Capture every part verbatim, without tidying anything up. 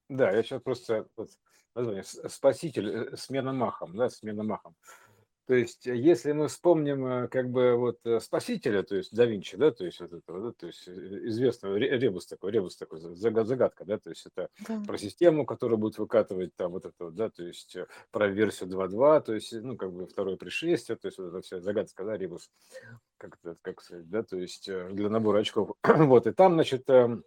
Да, я сейчас просто вот название с спаситель, э, смена махом, да, смена махом. То есть, э, если мы вспомним, э, как бы вот, э, спасителя, то есть да Винчи, да, то есть вот этого, да, то есть, э, известного ре ребус такой ребус такой, за зага загадка, да, то есть это Да. про систему, которая будет выкатывать там вот это вот, да, то есть, э, про версию два два, то есть, э, ну, как бы второе пришествие, то есть вот эта вся загадка, да, ребус, как это, как сказать, да, то есть, э, для набора очков. Вот, и там, значит, эм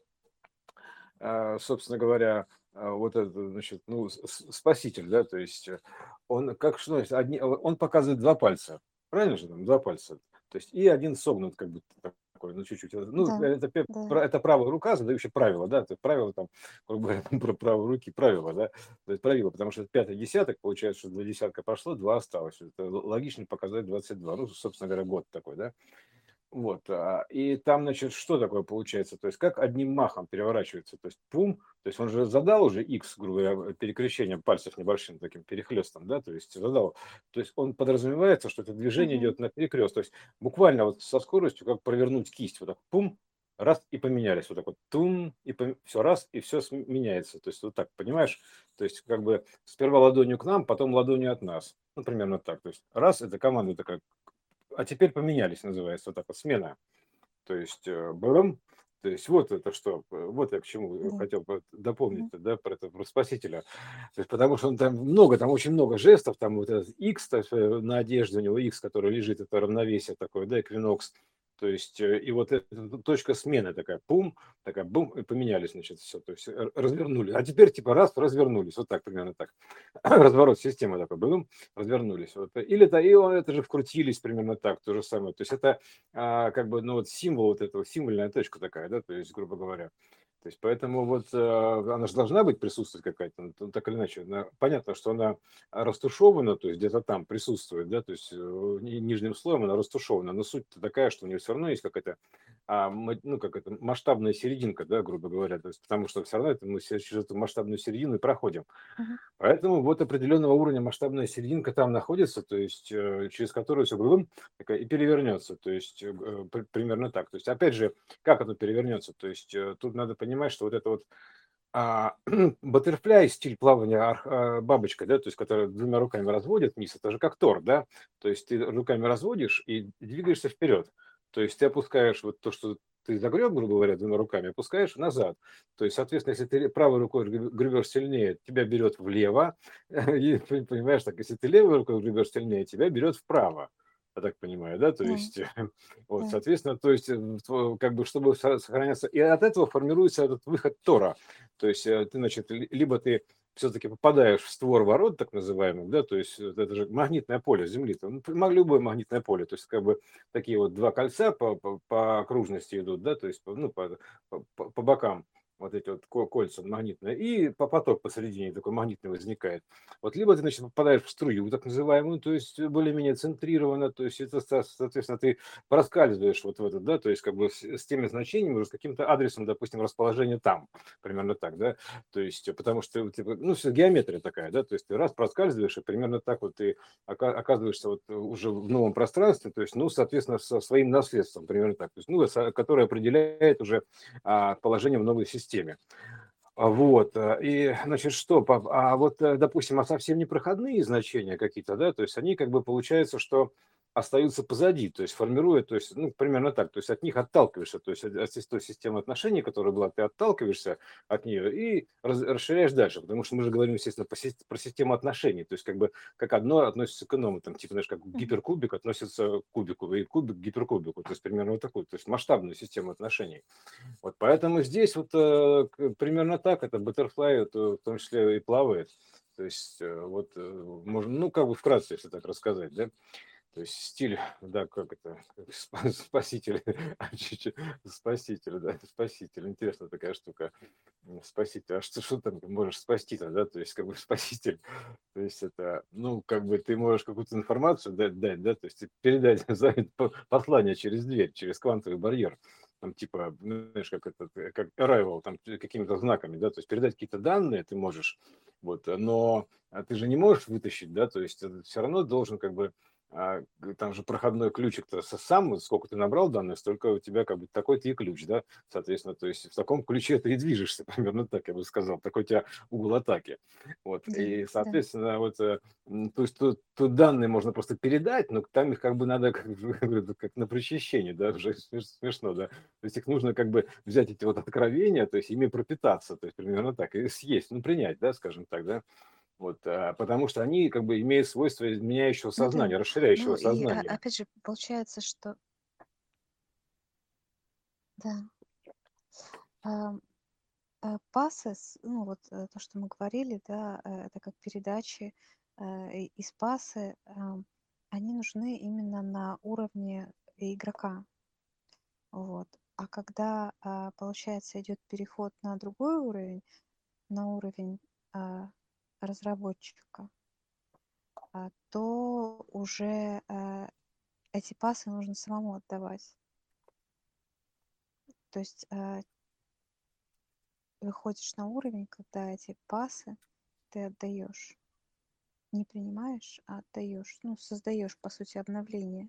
а, собственно говоря, а, вот этот, значит, ну, с с спаситель, да, то есть, э, он как что есть, одни о он показывает два пальца. Правильно же там? два пальца. То есть и один согнут как бы такой, ну, чуть-чуть. э, Ну, Да, это пе да. пра это правая рука, задающая правила, да, это правила там, грубо говоря, про правой руки правила, да, то есть правила, потому что это пятый десяток, получается, что два десятка прошло, два осталось. Это л логично показать двадцать два. Ну, собственно говоря, год такой, да. Вот, а, и там, значит, что такое получается? То есть как одним махом переворачивается? То есть пум, то есть он же задал уже X, грубо говоря, перекрещением пальцев небольшим таким перехлестом, да, то есть задал. То есть он подразумевается, что это движение Мгм. идет на перекрест. То есть буквально вот со скоростью, как провернуть кисть, вот так пум, раз и поменялись, вот так вот тум, и все раз, и все меняется. То есть вот так, понимаешь? То есть как бы сперва ладонью к нам, потом ладонью от нас. Ну, примерно так. То есть раз, это команда такая, а теперь поменялись, называется, вот так вот, смена. То есть, э, бэм, то есть вот это что, э, вот я к чему Да. хотел бы дополнить, Мгм. да, про это, про спасителя. То есть потому что он там много, там очень много жестов, там вот этот X, то есть, э, на одежде у него X, который лежит, это равновесие такое, да, эквинокс. То есть, э, и вот эта т точка смены такая, пум, такая бум, и поменялись, значит, все, то есть, э, развернули. А теперь типа раз, развернулись, вот так, примерно так. Разворот системы такой, бум, развернулись. Вот. Или то и он это же вкрутились примерно так, то же самое. То есть это а, как бы, ну, вот символ вот этого, символьная точка такая, да, то есть, грубо говоря. То есть, поэтому вот э, она же должна быть присутствовать какая-то, ну, т- так или иначе. Она- понятно, что она растушевана, то есть где-то там присутствует, да, то есть э, ни- нижним слоем она растушевана, но суть такая, что у нее все равно есть какая-то, а, ма- ну, как это, масштабная серединка, да, грубо говоря, то есть, потому что все равно это мы се- через эту масштабную середину и проходим. Мгм. Поэтому вот определенного уровня масштабная серединка там находится, то есть э, через которую все такая и перевернется, то есть э, г- при- примерно так. То есть опять же, как оно перевернется? То есть э, тут надо понимать, что вот это вот а, баттерфляй, стиль плавания арх- а, бабочкой, да, то есть которая двумя руками разводит вниз, это же как тор, да, то есть ты руками разводишь и двигаешься вперед, то есть ты опускаешь вот то, что ты загреб, грубо говоря, двумя руками, опускаешь назад. То есть, соответственно, если ты правой рукой греб- гребешь сильнее, тебя берет влево, и, пон- понимаешь, так, если ты левой рукой гребешь сильнее, тебя берет вправо. Я так понимаю, да, то Да, есть, вот, да. соответственно, то есть, э, в тво- как бы, чтобы со- сохраняться, и от этого формируется этот выход Тора, то есть э, ты, значит, ли- либо ты все-таки попадаешь в створ ворот, так называемых, да, то есть вот это же магнитное поле Земли, там, ну, м- любое магнитное поле, то есть как бы такие вот два кольца по, по, по окружности идут, да, то есть по- ну, по, по, по- по бокам вот эти вот ко- кольца магнитные, и по поток посередине такой магнитный возникает. Вот либо ты, значит, попадаешь в струю, так называемую, то есть более-менее центрированно, то есть это, со- соответственно, ты проскальзываешь вот в этот, да, то есть как бы с, с теми значениями, уже с каким-то адресом, допустим, расположения там, примерно так, да, то есть, э, потому что, типа, ну, все геометрия такая, да, то есть ты раз проскальзываешь, и примерно так вот ты ока- оказываешься вот уже в новом пространстве, то есть, ну, соответственно, со своим наследством, примерно так, то есть, ну, со- которое определяет уже а, положение в новой системе. А, Вот, а, и, значит, что, пап, а вот, э, допустим, а совсем непроходные значения какие-то, да, то есть они как бы получается, что остаются позади, то есть формируют, то есть, ну, примерно так, то есть от них отталкиваешься, то есть от, от той системы отношений, которая была, ты отталкиваешься от нее и раз- расширяешь дальше, потому что мы же говорим, естественно, по сис- про систему отношений, то есть как бы как одно относится к иному, там, типа, знаешь, как Мгм. гиперкубик относится к кубику, и кубик к гиперкубику, то есть примерно вот такую, то есть масштабную систему отношений. Вот поэтому здесь вот э, к- примерно так это Butterfly вот, э, в том числе и плавает. То есть э, вот э, можно, ну как бы вкратце, если так рассказать, да. То есть стиль, да, как это, как спа- спаситель, а, чуть-чуть, спаситель, да, спаситель. Интересная такая штука. М, Спаситель. А что, что там ты можешь спасти-то, да? То есть как бы спаситель. То есть это, ну, как бы ты можешь какую-то информацию дать, дать, да, то есть передать за это по- послание через дверь, через квантовый барьер, там типа, ну, знаешь, как это, э, как arrival, там э, какими-то знаками, да, то есть передать какие-то данные ты можешь, вот, э, но а ты же не можешь вытащить, да, то есть все равно должен как бы а, г- там же проходной ключик-то со- сам, вот сколько ты набрал данных, столько у тебя как бы такой-то и ключ, да, соответственно, то есть в таком ключе ты и движешься, примерно так, я бы сказал, такой у тебя угол атаки, вот, Да, и, да. соответственно, вот, э, м, то есть тут, тут данные можно просто передать, но там их как бы надо, как, бы, это как на прочищение, да, уже смеш- смешно, да, то есть их нужно как бы взять эти вот откровения, то есть ими пропитаться, то есть примерно так, и съесть, ну, принять, да, скажем так, да, вот, а, потому что они как бы имеют свойства меняющего Ну да. сознания, Ну расширяющего и а, сознание. опять же, получается, что да. а, а, Пасses, ну вот э, то, что мы говорили, да, э, это как передачи э, и и спасы, ам, они нужны именно на уровне игрока. Вот. А когда, а, получается, идет переход на другой уровень, на уровень а, разработчика, а, то уже а, эти пасы нужно самому отдавать. То есть а, выходишь на уровень, когда эти пасы ты отдаешь. Не принимаешь, а отдаешь. Ну, создаешь, по сути, обновление.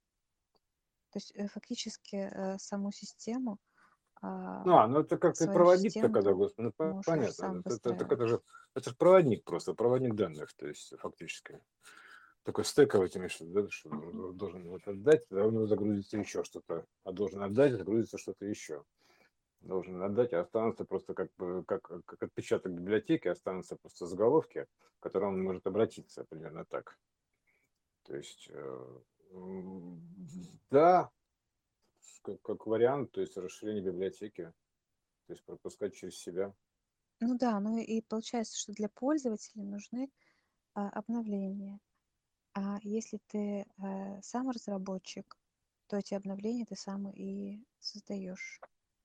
То есть э, фактически э, саму систему, Ну, а, а, ну это как и свою проводник-то, систему когда, ты господи, ну, по- можешь понятно, сам это, это, так выстраивать. это же, это же проводник просто, проводник данных, то есть фактически. Такой стековый, ты имеешь в виду, да, что он должен вот отдать, а у него загрузится еще что-то, а должен отдать, загрузится что-то еще. Должен отдать, а останутся просто как, бы, как, как отпечаток библиотеки, останутся просто заголовки, к которым он может обратиться, примерно так. То есть, э, м, да, как, как вариант, то есть расширение библиотеки, то есть пропускать через себя. Ну да, ну и получается, что для пользователей нужны а, обновления. А если ты э, сам разработчик, то эти обновления ты сам и создаешь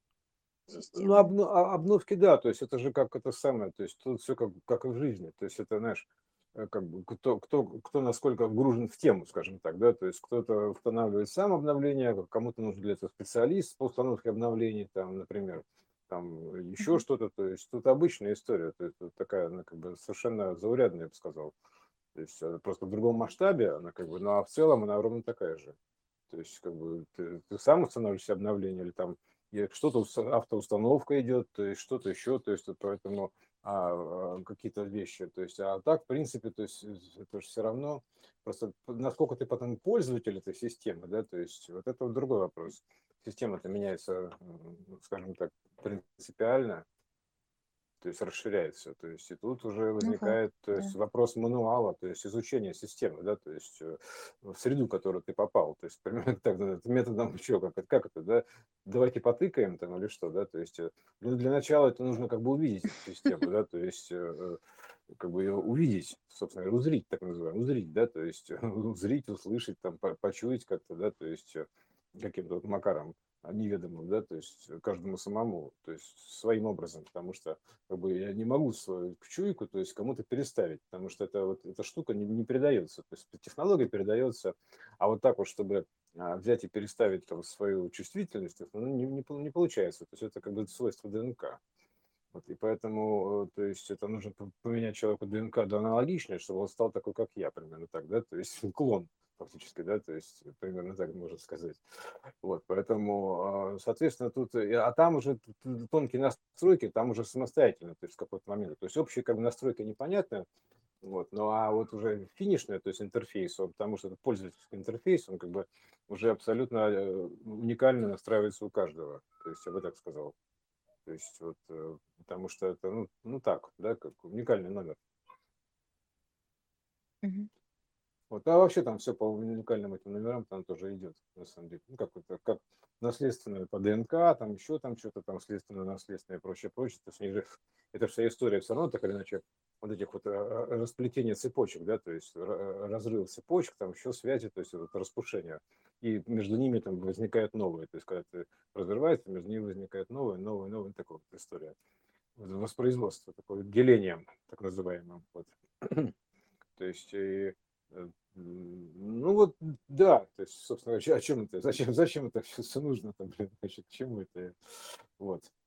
Ну, системно. обно- а- обновки, да, то есть это же как это самое, то есть тут все как, как и в жизни, то есть это, знаешь, э, как бы кто, кто, кто насколько вгружен в тему, скажем так, да, то есть кто-то устанавливает сам обновление, кому-то нужен для этого специалист по установке обновлений, там, например, там еще Мгм. что-то, то есть тут обычная история, то есть тут такая, она как бы совершенно заурядная, я бы сказал, то есть э, просто в другом масштабе она как бы, ну а в целом она ровно такая же. То есть, как бы ты, ты сам устанавливаешь обновление или там и что-то уста- автоустановка идет, то есть что-то еще, то есть вот поэтому а, а, какие-то вещи, то есть, а так, в принципе, то есть э, это же все равно, просто насколько ты потом пользователь этой системы, да, то есть вот это вот другой вопрос. Система-то меняется, м, скажем так, принципиально, то есть расширяется. То есть и тут уже Ну вот, возникает, то да. есть вопрос мануала, то есть изучения системы, да, то есть э, в среду, в которую ты попал. То есть примерно так, да, это методом что, как, это- как это, да, давайте потыкаем там или что, да, то есть э, ну, для начала это нужно как бы увидеть эту систему, да, то есть э, э, как бы ее увидеть, собственно, говоря, узрить, так называемый, узрить, да, то есть узрить, услышать, там, по- почуять как-то, да, то есть э, каким-то вот макаром а, неведомым, да, то есть каждому самому, то есть своим образом, потому что как бы я не могу свою чуйку, то есть кому-то переставить, потому что это вот эта штука не, не передается, то есть технология передается, а вот так вот, чтобы а, взять и переставить там, свою чувствительность, это, ну, не, не, пол- не получается, то есть это как бы свойство ДНК. Вот, и поэтому, э, то есть это нужно п- поменять человеку ДНК до аналогичной, чтобы он стал такой, как я, примерно так, да, то есть клон фактически, да, то есть примерно так можно сказать. Вот, поэтому, а, соответственно, тут, и- а там уже т- т- тонкие настройки, там уже самостоятельно, то есть в какой-то момент. То есть общая как бы настройка непонятная, вот, ну а вот уже финишная, то есть интерфейс, он, потому что это пользовательский интерфейс, он как бы уже абсолютно э, уникально настраивается у каждого. То есть я бы так сказал. То есть вот, э, потому что это, ну, ну так, да, как уникальный номер. Мгм. Вот, а вообще там все по уникальным этим номерам там тоже идет, на самом деле. Ну, как это, как наследственное по ДНК, там еще там что-то там следственное, наследственное и прочее, прочее. То есть они же, это вся история все равно так или иначе вот этих вот э, э, расплетения цепочек, да, то есть р- разрыв цепочек, там еще связи, то есть вот это распушение. И между ними там возникают новые. То есть когда ты разрывается, между ними возникает новое, новое, новое, такая вот история. Вот воспроизводство, такое вот деление, так называемое. Вот. То есть, и, э, ну вот, да, то есть, собственно, говоря, о чем это, зачем, зачем это все нужно, там, блин, значит, к чему это, вот.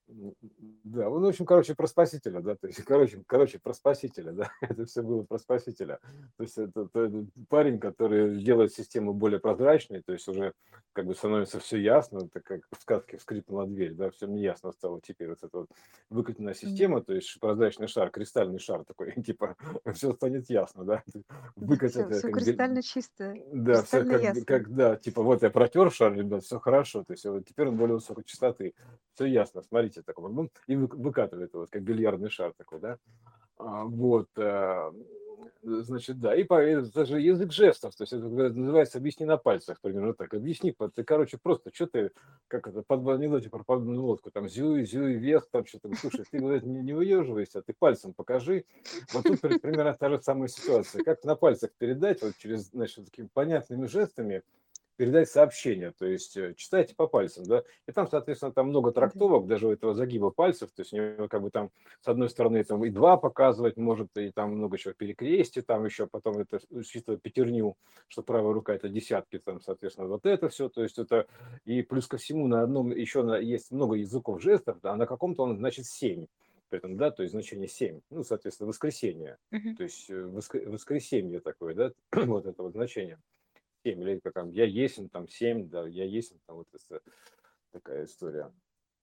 М, Да, он, в общем, короче, про спасителя, да, то есть, короче, короче, про спасителя, да, это все было про спасителя. То есть это, это парень, который делает систему более прозрачной, то есть уже как бы становится все ясно, это как в сказке скрипнула дверь, да, все мне ясно стало теперь вот эта вот выкатанная Да, система, то есть прозрачный шар, кристальный шар такой, типа, все станет ясно, да, да, выкатят, все, э, все как гель- кристально чисто, да, все кристально как, ясно. как, да, типа, вот я протер шар, ребят, все хорошо, то есть вот теперь он более высокой частоты, все ясно, смотрите, такой, бум, и вы- выкатывает его, как бильярдный шар такой, да. А, вот, а, значит, да, и по, и даже язык жестов, то есть это говорят, называется «объясни на пальцах», примерно так, объясни, по- ты, короче, просто, что ты, как это, под анекдоте про подводную лодку, там, зюй, зюй, вес, там, что-то, слушай, ты, говорит, не, не выеживайся, ты пальцем покажи, вот тут при- примерно та же самая ситуация, как на пальцах передать, вот через, значит, такими понятными жестами, передать сообщение, то есть э, читайте по пальцам, да, и там, соответственно, там много Да. трактовок, даже у этого загиба пальцев, то есть у него как бы там с одной стороны там и два показывать может, и там много чего перекрестие, там еще потом это учитывая пятерню, что правая рука это десятки, там, соответственно, вот это все, то есть это, и плюс ко всему на одном еще на, есть много языков жестов, да, а на каком-то он значит семь, при этом, да, то есть значение семь, ну, соответственно, воскресенье, Мгм. то есть э, воскр- воскресенье такое, да, вот это вот значение семь или как там, я есен, там семь, да, я есен, там вот это такая история.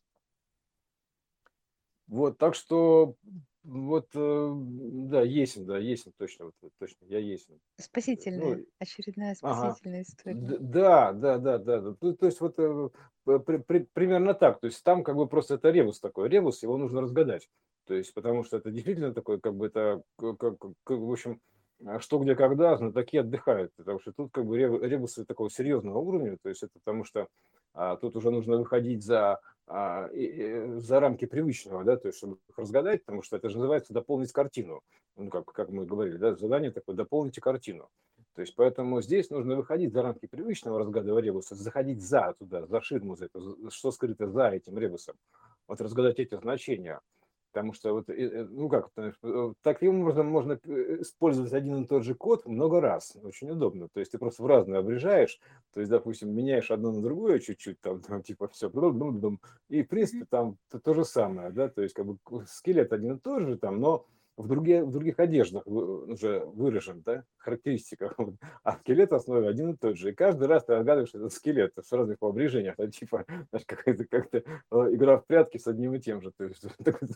Вот, так что вот, э, да, есен, да, есен, точно, вот, вот точно, я есен. Ну, Спасительная, очередная ага. спасительная история. Д- Да, да, да, да, да. Ну, то есть вот э, п- при- при- примерно так. То есть там как бы просто это ребус такой. Ребус, его нужно разгадать. То есть потому что это действительно такой, как бы это, к- как, как, в общем, а что, где, когда, знатоки отдыхают. Потому что тут как бы реб- ребусы такого серьезного уровня. То есть это потому что а, тут уже нужно выходить за, а, и- и за рамки привычного, да, то есть чтобы их разгадать, потому что это же называется дополнить картину. Ну, как, как мы говорили, да, задание такое, дополните картину. То есть поэтому здесь нужно выходить за рамки привычного разгадывания ребуса, заходить за туда, за ширму, за это, за- что скрыто за этим ребусом. Вот разгадать эти значения. Потому что, вот, э, э, ну как, то есть, э, таким образом можно э, использовать один и тот же код много раз. Очень удобно. То есть ты просто в разные обрежаешь, то есть, допустим, меняешь одно на другое чуть-чуть, там, там типа все, и в Мгм. принципе там то, то же самое, да, то есть как бы скелет один и тот же, там, но в, другие, в других одеждах вы- уже выражен, да, характеристика. Вот. А скелет в основе один и тот же. И каждый раз ты разгадываешь этот скелет с разных повреждениях. Это типа, знаешь, какая-то как-то э, игра в прятки с одним и тем же. То есть,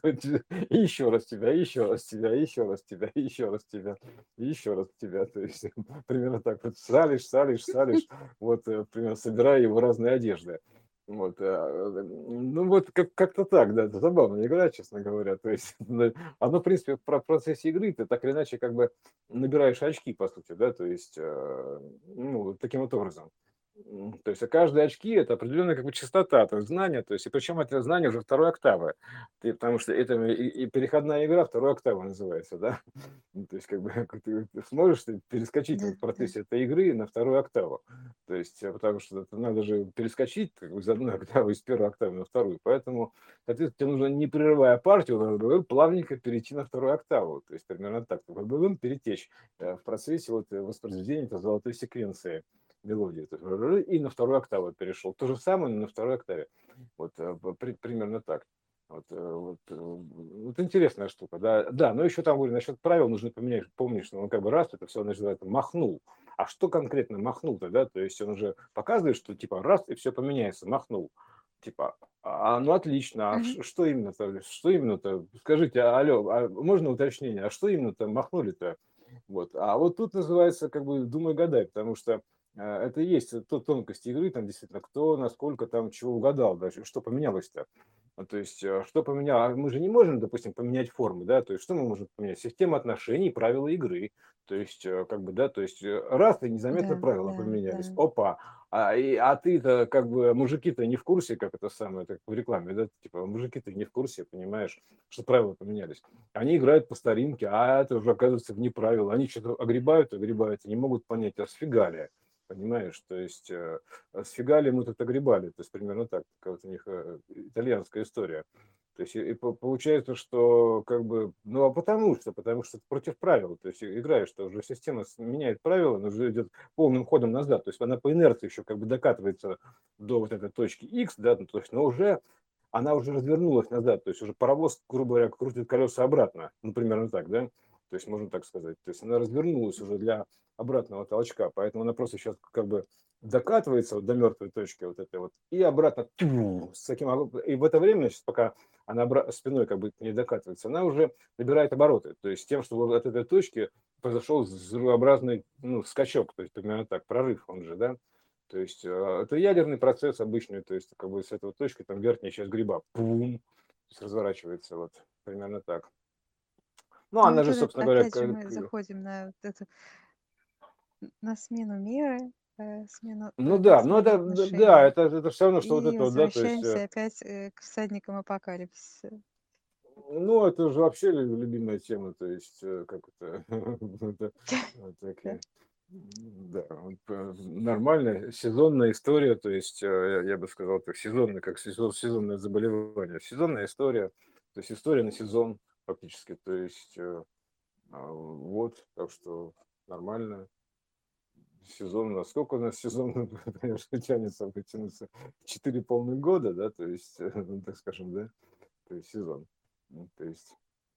и еще раз тебя, и еще раз тебя, и еще раз тебя, и еще раз тебя, и еще раз тебя. То есть примерно так вот салишь, салишь, салишь, вот э, примерно собирая его разные одежды. Вот, э, ну вот как- как-то так, да, это забавная игра, честно говоря. То есть оно, в принципе, в про- процессе игры ты так или иначе как бы набираешь очки, по сути, да, то есть, э, ну, вот таким вот образом. М, То есть, а каждые очки это определенная как бы частота, то есть знания, то есть, и причем это знание уже второй октавы, Ты- потому что это и, и переходная игра второй октавы называется, да, Ну, то есть, как бы как ты, ты сможешь ты перескочить Да, вот в да. процессе этой игры на вторую октаву, то есть, э, потому что это надо же перескочить как бы, из одной октавы, из первой октавы на вторую, поэтому соответственно, тебе нужно, не прерывая партию, плавненько перейти на вторую октаву. То есть примерно так. Перетечь э, в процессе вот э, воспроизведения этой золотой секвенции мелодии. То есть, и на вторую октаву перешел. То же самое, но на второй октаве. Вот э, при- примерно так. Вот, э, вот, э, вот интересная штука, да, да, но еще там говорю, насчет правил нужно поменять, помнишь, что он как бы раз это все называется махнул, а что конкретно махнул-то, да, то есть он уже показывает, что типа раз и все поменяется, махнул, типа, а, ну отлично, а Мгм. ш- что именно-то, что именно-то, скажите, а, алло, а можно уточнение, а что именно-то махнули-то? Вот, а вот тут называется, как бы, думай, гадай, потому что э, это и есть то тонкость игры, там действительно, кто насколько там чего угадал, даже что поменялось-то. Ну, то есть, э, что поменялось? Мы же не можем, допустим, поменять формы, да, то есть, что мы можем поменять? Систему отношений, правила игры. То есть, э, как бы, да, то есть, э, раз и незаметно Да, правила да, да. поменялись. Опа, а, и, а ты-то, как бы, мужики-то не в курсе, как это самое, так в рекламе, да, типа, мужики-то не в курсе, понимаешь, что правила поменялись. Они играют по старинке, а это уже оказывается вне правил. Они что-то огребают, огребают, и не могут понять, а сфига ли, понимаешь, то есть э, сфига ли мы тут огребали, то есть примерно так, как вот у них э, итальянская история. То есть и, и по- получается, что как бы, ну а потому что, потому что это против правил, то есть играешь, что уже система с- меняет правила, но уже идет полным ходом назад, то есть она по инерции еще как бы докатывается до вот этой точки X, да, ну, то есть, но уже она уже развернулась назад, то есть уже паровоз, грубо говоря, крутит колеса обратно, ну, примерно так, да, то есть можно так сказать, то есть она развернулась уже для обратного толчка, поэтому она просто сейчас как бы докатывается вот до мертвой точки вот этой вот и обратно тю, с таким, об- и в это время, сейчас, пока она обра- спиной как бы не докатывается, она уже набирает обороты, то есть тем, чтобы от этой точки произошел взрывообразный, ну, скачок, то есть примерно так, прорыв он же, да, то есть э, это ядерный процесс обычный, то есть как бы с этого точки там верхняя часть гриба, пум, то есть разворачивается вот примерно так. Ну, Ну она вот же, это собственно говоря, опять же к- мы к- заходим на вот эту на смену меры, э, смену, ну э, да, ну смену это, д- да, отношений это, это все равно, что вот и это вот, да, то есть, э, возвращаемся опять э, к всадникам апокалипсиса. ну, это уже вообще лю- любимая тема, то есть, э, как это, это, вот Да, такие, м, да, вот, э, нормальная сезонная история, то есть, э, я, я бы сказал, так, сезонная, как сезон, сезонное заболевание, сезонная история, то есть история на сезон фактически, то есть, э, а, вот, так что нормально. Сезон, насколько у нас сезон, конечно, тянется, вытянется четыре полных года, да, то есть, ну, так скажем, да, то есть сезон. Ну, то есть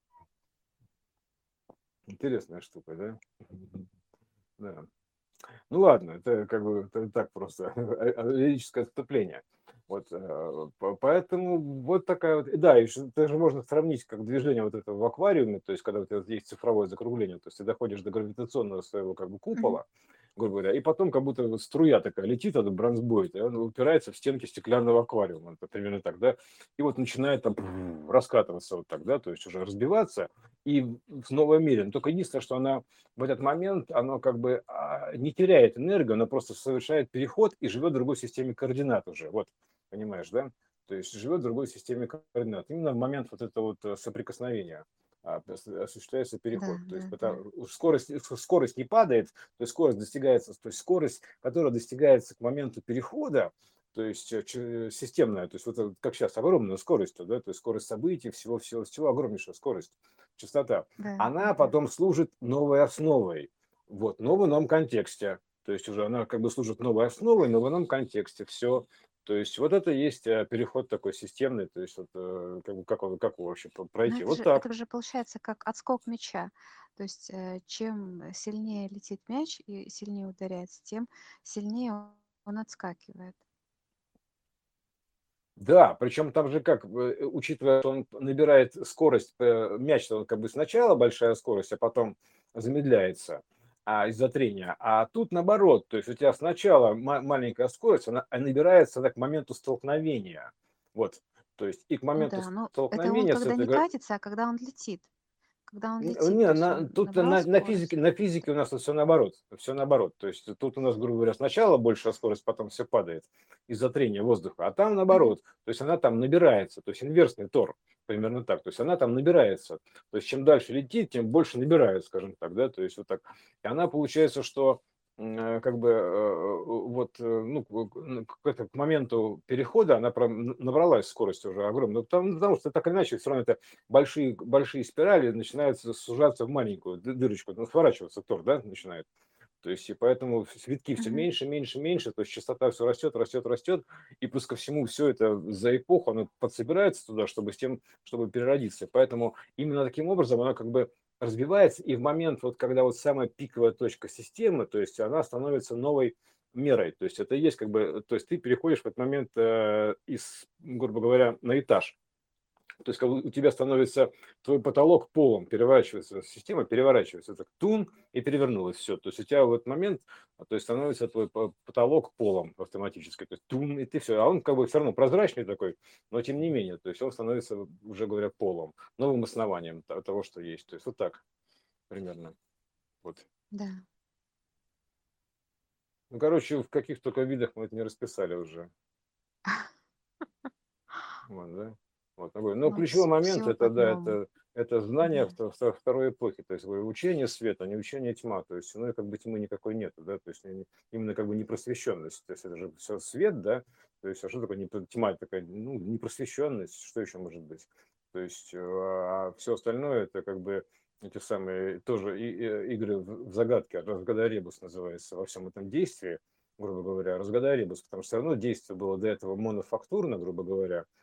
интересная штука, да? Да. Ну ладно, это как бы это так просто лирическое отступление. Вот, э, по- поэтому вот такая вот, и да, и ш- даже можно сравнить как движение вот этого в аквариуме, то есть когда у тебя вот есть цифровое закругление, то есть ты доходишь до гравитационного своего как бы мгм, купола, грубо говоря, и потом как будто вот струя такая летит от бронзбойта, и он упирается в стенки стеклянного аквариума, это примерно так, да, и вот начинает там раскатываться вот так, да, то есть уже разбиваться, и в в новом мире. Но только единственное, что она в этот момент оно как бы а, не теряет энергию, оно просто совершает переход и живет в другой системе координат уже. Вот, понимаешь, да? То есть живет в другой системе координат. Именно в момент вот этого вот э, соприкосновения а, ос- осуществляется да, переход. То есть да, да. потому- уж скорость, э, скорость не падает, то есть скорость достигается, то есть скорость, которая достигается к моменту перехода, то есть э, ч- системная, то есть вот это, как сейчас, огромная скорость, да, то есть скорость событий, всего-всего-всего, огромнейшая скорость, частота, Да, она да. потом служит новой основой, вот, но в ином контексте. То есть уже она как бы служит новой основой, но в ином контексте. Все. То есть вот это есть э, переход такой системный, то есть вот э, как, бы, как, его- как его вообще про- Но пройти. это Вот же, так. это же получается как отскок мяча. То есть э, чем сильнее летит мяч и сильнее ударяется, тем сильнее он отскакивает. Да, причем там же как, э, учитывая, что он набирает скорость, э, мяч, он как бы сначала большая скорость, а потом замедляется а, из-за трения. А тут наоборот, то есть у тебя сначала ма- маленькая скорость, она а набирается она к моменту столкновения. Вот, то есть и к Ну моменту да, ну это он столкновения с когда этой не катится, а когда он летит. Когда он Н- летит, то Не, есть на, он тут набрал на, на физике, скорость. на физике у нас все наоборот. Все наоборот. То есть тут у нас, грубо говоря, сначала большая скорость, потом все падает из-за трения воздуха, а там Мгм. наоборот. То есть она там набирается. То есть инверсный тор. Примерно так. То есть она там набирается. То есть чем дальше летит, тем больше набирает, скажем так, да. То есть вот так. И она получается, что м, э, как бы э, вот э, ну, к ну, к это- к моменту перехода она прям н- набралась скорость уже огромную. Ну, Потому, потому что так или иначе все равно это большие, большие спирали начинают сужаться в маленькую ды- дырочку, ну, сворачиваться тор, да, начинает. То есть, и поэтому в- витки все Мгм. меньше, меньше, меньше, то есть частота все растет, растет, растет, и плюс ко всему все это за эпоху, оно подсобирается туда, чтобы с тем, чтобы переродиться. Поэтому именно таким образом оно как бы разбивается, и в момент, вот когда вот самая пиковая точка системы, то есть она становится новой мерой, то есть это и есть как бы, то есть ты переходишь в этот момент э, из, грубо говоря, на этаж, то есть как бы у тебя становится твой потолок полом, переворачивается система, переворачивается, так тун, и перевернулось все. То есть у тебя в этот момент, а, то есть становится твой по- потолок полом автоматически, то есть тун, и ты все. А он как бы все равно прозрачный такой, но тем не менее, то есть он становится, уже говоря, полом, новым основанием то- того, что есть. То есть вот так примерно. Вот. Да. Ну, короче, в каких только видах мы это не расписали уже. Вот, да? Вот, такой. Но Ну, ключевой вс- момент все это, да, по-одному. это, это знание Да. вто- вто- второй эпохи, то есть вы- учение света, а не учение тьма, то есть, ну, и как бы тьмы никакой нету, да, то есть не- именно как бы непросвещенность, то есть это же все свет, да, то есть, а что такое непро- тьма, такая, ну, непросвещенность, что еще может быть, то есть, э, а все остальное это как бы эти самые тоже и- и- игры в в загадки, разгадай ребус называется во всем этом действии, грубо говоря, разгадай ребус, потому что все равно действие было до этого монофактурно, грубо говоря,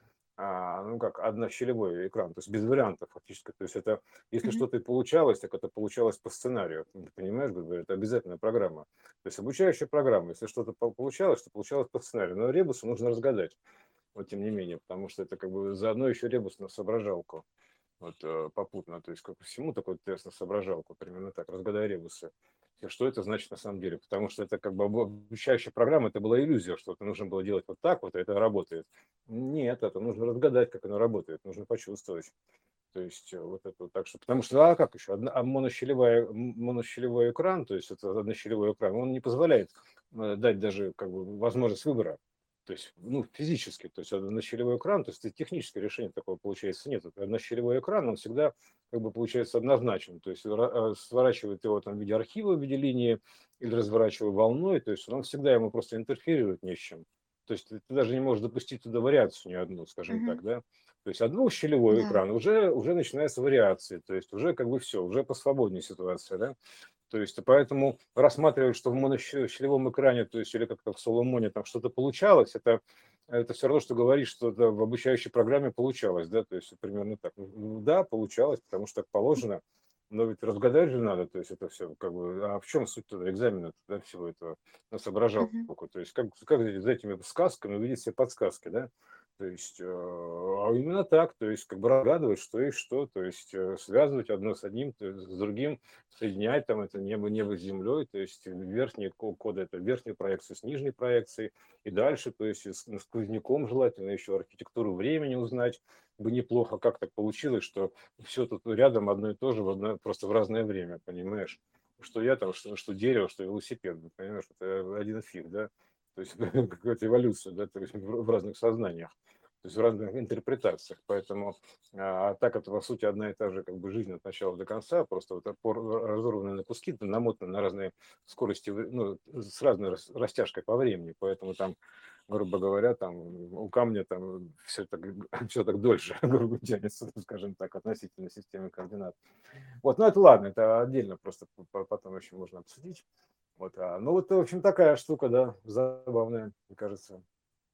а, ну как, однощелевой экран, то есть без вариантов фактически. То есть это, если Мгм. что-то и получалось, так это получалось по сценарию. Ты понимаешь, грубо говоря, это обязательная программа. То есть обучающая программа, если что-то по- получалось, то получалось по сценарию. Но ребусы нужно разгадать, вот тем не менее, потому что это как бы заодно еще ребус на соображалку. Вот э, попутно, то есть как по всему такой тест на соображалку, примерно так, разгадай ребусы. И что это значит на самом деле? Потому что это как бы обо- обучающая программа, это была иллюзия, что это нужно было делать вот так вот, и это работает. Нет, это нужно разгадать, как оно работает, нужно почувствовать. То есть э, вот это вот так что, потому что, а как еще, одна, а монощелевая, м, монощелевой экран, то есть это однощелевой экран, он не позволяет э, дать даже как бы возможность выбора. То есть, ну, физически, то есть однощелевой экран, то есть и техническое решение такого получается нет. Это однощелевой экран, он всегда как бы получается однозначен. То есть ра- э, сворачивает его там в виде архива, в виде линии или разворачивая волной, то есть он всегда ему просто интерферирует не с чем. То есть ты ты даже не можешь допустить туда вариацию ни одну, скажем Мгм. так, да. То есть от двухщелевой Да. экран уже, уже начинаются вариации, то есть уже как бы все, уже посвободнее ситуация, да. То есть поэтому рассматривать, что в монощелевом экране, то есть или как-то в Соломоне там что-то получалось, это, это все равно, что говорить, что это в обучающей программе получалось, да, то есть примерно так. Ну, да, получалось, потому что так положено, но ведь разгадать же надо, то есть это все как бы, а в чем суть тогда экзамена, да, всего этого на Мгм. соображалку, то есть как, как за этими сказками увидеть все подсказки, да, то есть, э, а именно так, то есть как бы разгадывать, что и что, то есть э, связывать одно с одним, то есть с другим, соединять там это небо, небо с землей, то есть верхние ко- коды это верхнюю проекцию с нижней проекцией и дальше, то есть с с сквозняком желательно еще архитектуру времени узнать бы неплохо, как так получилось, что все тут рядом одно и то же, в одно, просто в разное время, понимаешь? Что я там, что, что дерево, что велосипед, ну, понимаешь, это один фиг, да? То есть какая-то эволюция, да, то есть в в разных сознаниях, то есть в разных интерпретациях. Поэтому а а так это, по сути, одна и та же как бы жизнь от начала до конца, просто вот опор- разорванная на куски, намотаны на разные скорости, вре- ну, с разной рас- растяжкой по времени, поэтому там, грубо говоря, там у камня там все так, все так дольше, грубо тянется, скажем так, относительно системы координат. Вот, ну это ладно, это отдельно просто по- потом еще можно обсудить. Вот, а, ну вот, в общем, такая штука, да, забавная, мне кажется.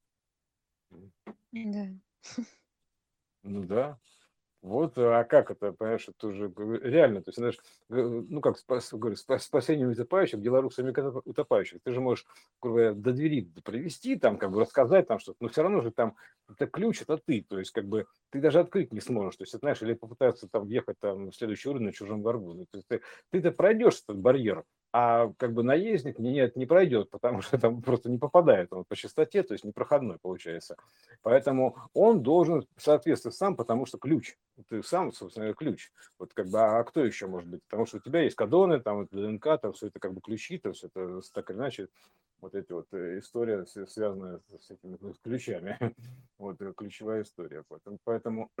Да. Ну да. Вот, а как это, понимаешь, это уже г- реально, то есть, знаешь, г- ну как спас, говорю, спас- спасение утопающих, дела рук самих утоп- утопающих. Ты же можешь, грубо говоря, до двери привести, там, как бы рассказать там что-то, но все равно же там это ключ, это ты, то есть, как бы, ты даже открыть не сможешь, то есть, это, знаешь, или попытаться там въехать там в следующий уровень на чужом горбу. Ну, то есть ты, ты-то пройдешь этот барьер, а как бы наездник нет, не пройдет, потому что там просто не попадает он по частоте, то есть непроходной получается. Поэтому он должен соответствовать сам, потому что ключ. Ты сам, собственно, ключ. Вот как бы, а кто еще может быть? Потому что у тебя есть кадоны, там вот ДНК, там все это как бы ключи, то все это так или иначе вот эти вот э, история, с- связанная с этими ну, с ключами. Вот э, ключевая история. Поэтому, поэтому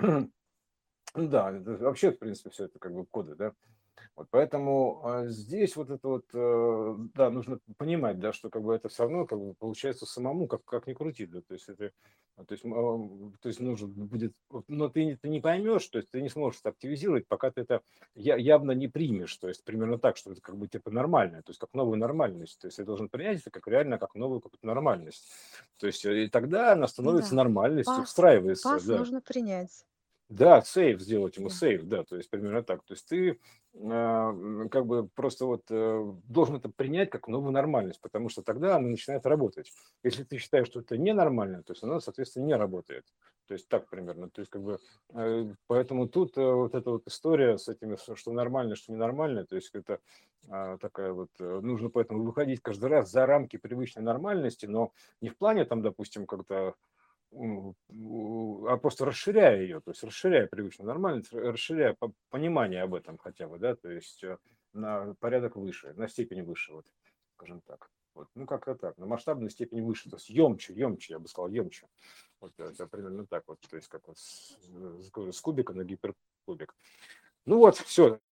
ну да, это вообще, в принципе, все это как бы коды, да. Вот поэтому а, здесь вот это вот, э, да, нужно понимать, да, что как бы это все равно как бы получается самому, как, как ни крути, да, то есть это, а, то есть, м, а, то есть нужно будет, вот, но ты, не- ты не поймешь, то есть ты не сможешь это активизировать, пока ты это я- явно не примешь, то есть примерно так, что это как бы типа нормально, то есть как новую нормальность, то есть ты должен принять это как реально, как новую какую-то нормальность, то есть э, и тогда она становится Да. нормальностью, Пас. встраивается, Пас да. нужно принять. Да, сейв сделать ему, Да. сейв, да, то есть примерно так. То есть ты а, м, как бы просто вот э, должен это принять как новую нормальность, потому что тогда она начинает работать. Если ты считаешь, что это ненормально, то есть она, соответственно, не работает. То есть так примерно. То есть как бы э, поэтому тут э, вот эта вот история с этими, что что нормально, что ненормально, то есть это а, такая вот, э, нужно поэтому выходить каждый раз за рамки привычной нормальности, но не в плане там, допустим, как-то м, у- а просто расширяя ее, то есть расширяя привычную нормальность, р- расширяя по- понимание об этом хотя бы, да, то есть э, на порядок выше, на степень выше, вот, скажем так. Вот, ну, как-то так, на масштабной степени выше, то есть емче, емче, я бы сказал, емче. Вот это примерно так вот, то есть как вот с, с- с кубика на гиперкубик. Ну вот, все,